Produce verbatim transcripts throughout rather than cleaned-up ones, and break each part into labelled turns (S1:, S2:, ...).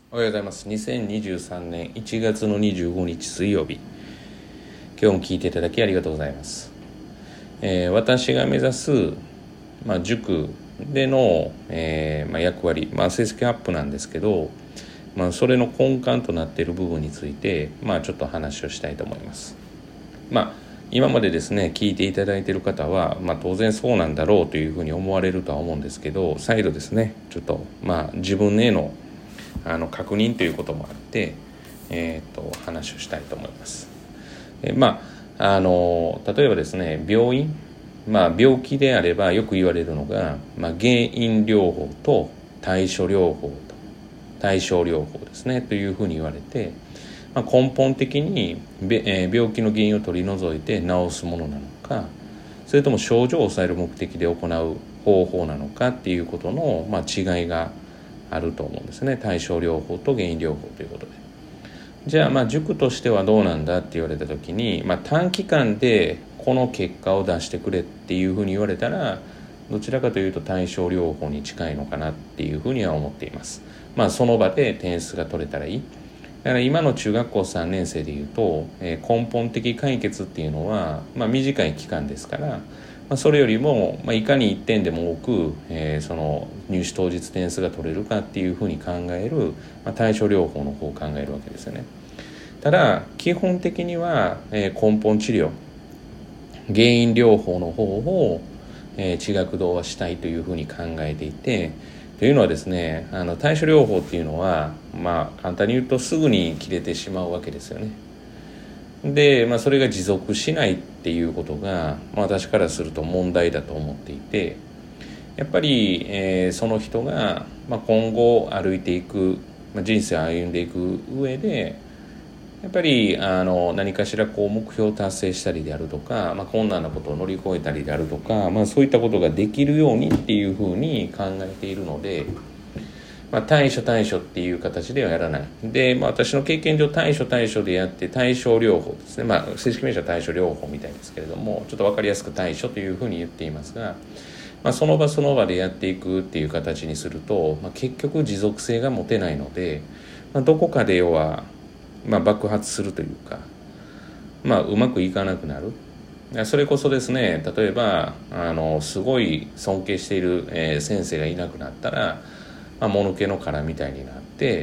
S1: おはようございます。にせんにじゅうさんねんいちがつのにじゅうごにち水曜日、今日も聞いていただきありがとうございます。えー、私が目指す、まあ、塾での、えーまあ、役割、まあ、成績アップなんですけど、まあ、それの根幹となっている部分について、まあ、ちょっと話をしたいと思います。まあ今までですね聞いていただいている方は、まあ、当然そうなんだろうというふうに思われるとは思うんですけど、再度ですねちょっと、まあ、自分へのあの確認ということもあって、えー、と話をしたいと思います。えまああの例えばですね病院、まあ、病気であればよく言われるのが、まあ、原因療法と対処療法と対症療法ですねというふうに言われて、まあ、根本的に、えー、病気の原因を取り除いて治すものなのか、それとも症状を抑える目的で行う方法なのかっていうことの、まあ、違いがあると思うんですね。対症療法と原因療法ということで、じゃあまあ塾としてはどうなんだって言われた時に、まあ、短期間でこの結果を出してくれっていうふうに言われたら、どちらかというと対症療法に近いのかなっていうふうには思っています。まあその場で点数が取れたらいい。だから今の中学校さんねん生でいうと、えー、根本的解決っていうのは、まあ、短い期間ですから、まあ、それよりも、まあ、いかにいってんでも多く、えー、その入試当日点数が取れるかっていうふうに考える、まあ、対処療法の方を考えるわけですよね。ただ基本的には、えー、根本治療、原因療法の方を、えー、地学堂はしたいというふうに考えていて、というのはですね、あの対処療法っていうのは、まあ簡単に言うとすぐに切れてしまうわけですよね。で、まあ、それが持続しないっていうことが、まあ、私からすると問題だと思っていて、やっぱり、えー、その人が、まあ、今後歩いていく、まあ、人生を歩んでいく上でやっぱりあの何かしらこう目標を達成したりであるとか、まあ、困難なことを乗り越えたりであるとか、まあ、そういったことができるようにっていうふうに考えているので、まあ、対処対処っていう形ではやらないで、まあ、私の経験上対処対処でやって対症療法ですね、まあ、正式名称は対処療法みたいですけれども、ちょっと分かりやすく対処というふうに言っていますが、まあ、その場その場でやっていくっていう形にすると、まあ、結局持続性が持てないので、まあ、どこかで要はまあ、爆発するというか、まあ、うまくいかなくなる。それこそですね、例えばあのすごい尊敬している、えー、先生がいなくなったら、まあ、もぬけの殻みたいになって、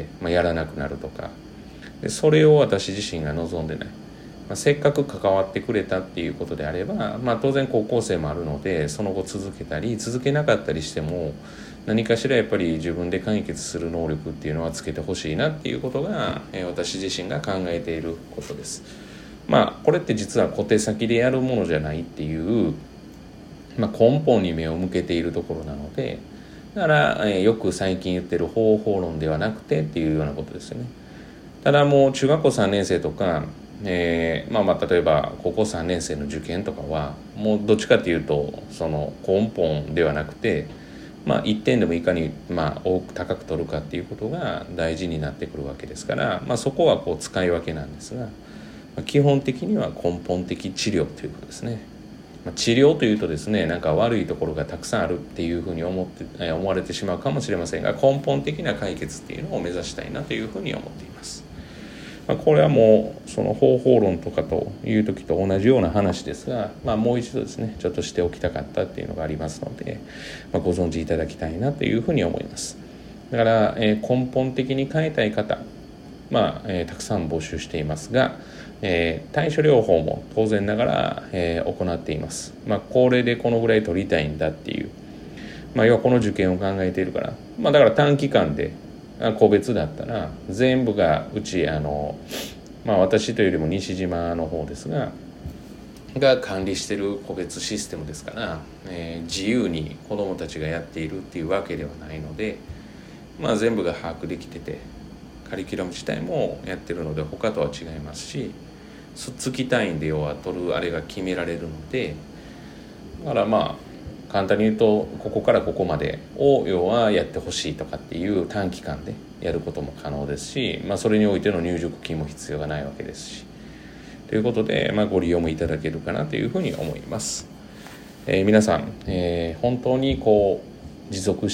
S1: まあ、やらなくなるとか、でそれを私自身が望んでない、まあ、せっかく関わってくれたっていうことであれば、まあ、当然高校生もあるのでその後続けたり続けなかったりしても何かしらやっぱり自分で解決する能力っていうのはつけてほしいなっていうことが、えー、私自身が考えていることです。まあこれって実は小手先でやるものじゃないっていう、まあ、根本に目を向けているところなので、だから、えー、よく最近言ってる方法論ではなくてっていうようなことですよね。ただもう中学校さんねん生とか、えー、まあまあ例えば高校さんねん生の受験とかはもうどっちかっていうとその根本ではなくて、まあ、いってんでもいかに、まあ、多く高く取るかっていうことが大事になってくるわけですから、まあ、そこはこう使い分けなんですが、まあ、基本的には根本的治療ということですね。まあ、治療というとですね、なんか悪いところがたくさんあるっていうふうに思って、えー、思われてしまうかもしれませんが、根本的な解決っていうのを目指したいなというふうに思っています。まあ、これはもうその方法論とかという時と同じような話ですが、まあ、もう一度ですねちょっとしておきたかったっていうのがありますので、まあ、ご存知いただきたいなというふうに思います。だから、えー、根本的に変えたい方、まあえー、たくさん募集していますが、えー、対処療法も当然ながら、えー、行っています。まあ、これでこのぐらい取りたいんだっていう、まあ、要はこの受験を考えているから、まあ、だから短期間で個別だったら全部がうちあの、まあ、私というよりも西島の方ですがが管理している個別システムですから、えー、自由に子どもたちがやっているっていうわけではないので、まあ、全部が把握できててカリキュラム自体もやってるので他とは違いますし、月単位で要は取るあれが決められるので、だからまあ簡単に言うとここからここまでを要はやってほしいとかっていう短期間でやることも可能ですし、まあ、それにおいての入塾金も必要がないわけですし、ということで、まあ、ご利用もいただけるかなというふうに思います。えー、皆さん、えー、本当にこう持続して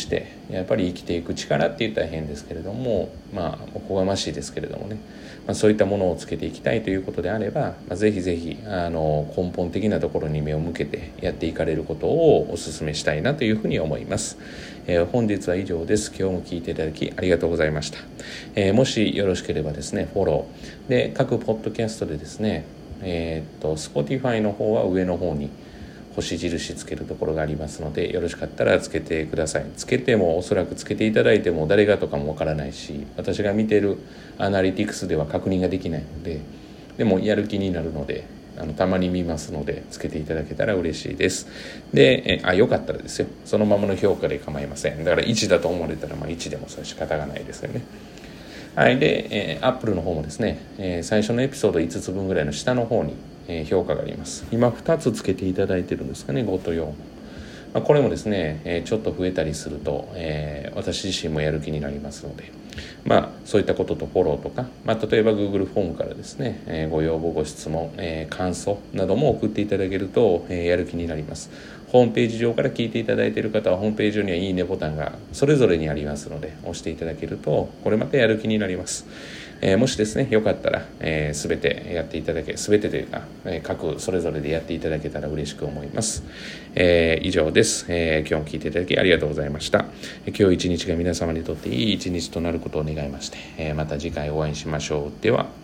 S1: やっぱり生きていく力って言ったら変ですけれども、まあおこがましいですけれどもね、まあ、そういったものをつけていきたいということであれば、まあ、ぜひぜひあの根本的なところに目を向けてやっていかれることをお勧めしたいなというふうに思います。えー、本日は以上です。今日も聞いていただきありがとうございました。えー、もしよろしければですね、フォローで各ポッドキャストでですね、えー、っと Spotify の方は上の方に星印つけるところがありますので、よろしかったらつけてください。つけてもおそらくつけていただいても誰がとかもわからないし、私が見ているアナリティクスでは確認ができないので、でもやる気になるので、あのたまに見ますのでつけていただけたら嬉しいです。で、えあよかったらですよ、そのままの評価で構いません。だからいちだと思われたらまあいちでもそれ仕方がないですよね。はい。で、えー、Apple の方もですね、えー、最初のエピソードいつつぶんぐらいの下の方に、えー、評価があります。今ふたつつけていただいてるんですかね、ごとよん。まあ、これもですね、えー、ちょっと増えたりすると、えー、私自身もやる気になりますので、まあそういったこととフォローとか、まあ、例えば Google フォームからですね、えー、ご要望ご質問、えー、感想なども送っていただけると、えー、やる気になります。ホームページ上から聞いていただいている方はホームページ上にはいいねボタンがそれぞれにありますので、押していただけるとこれまたやる気になります。えー、もしですねよかったら、えー、全てやっていただけ全てというか、えー、各それぞれでやっていただけたら嬉しく思います。えー、以上です、えー、今日も聞いていただきありがとうございました。今日一日が皆様にとっていい一日となることを願いまして、えー、また次回お会いしましょう。では。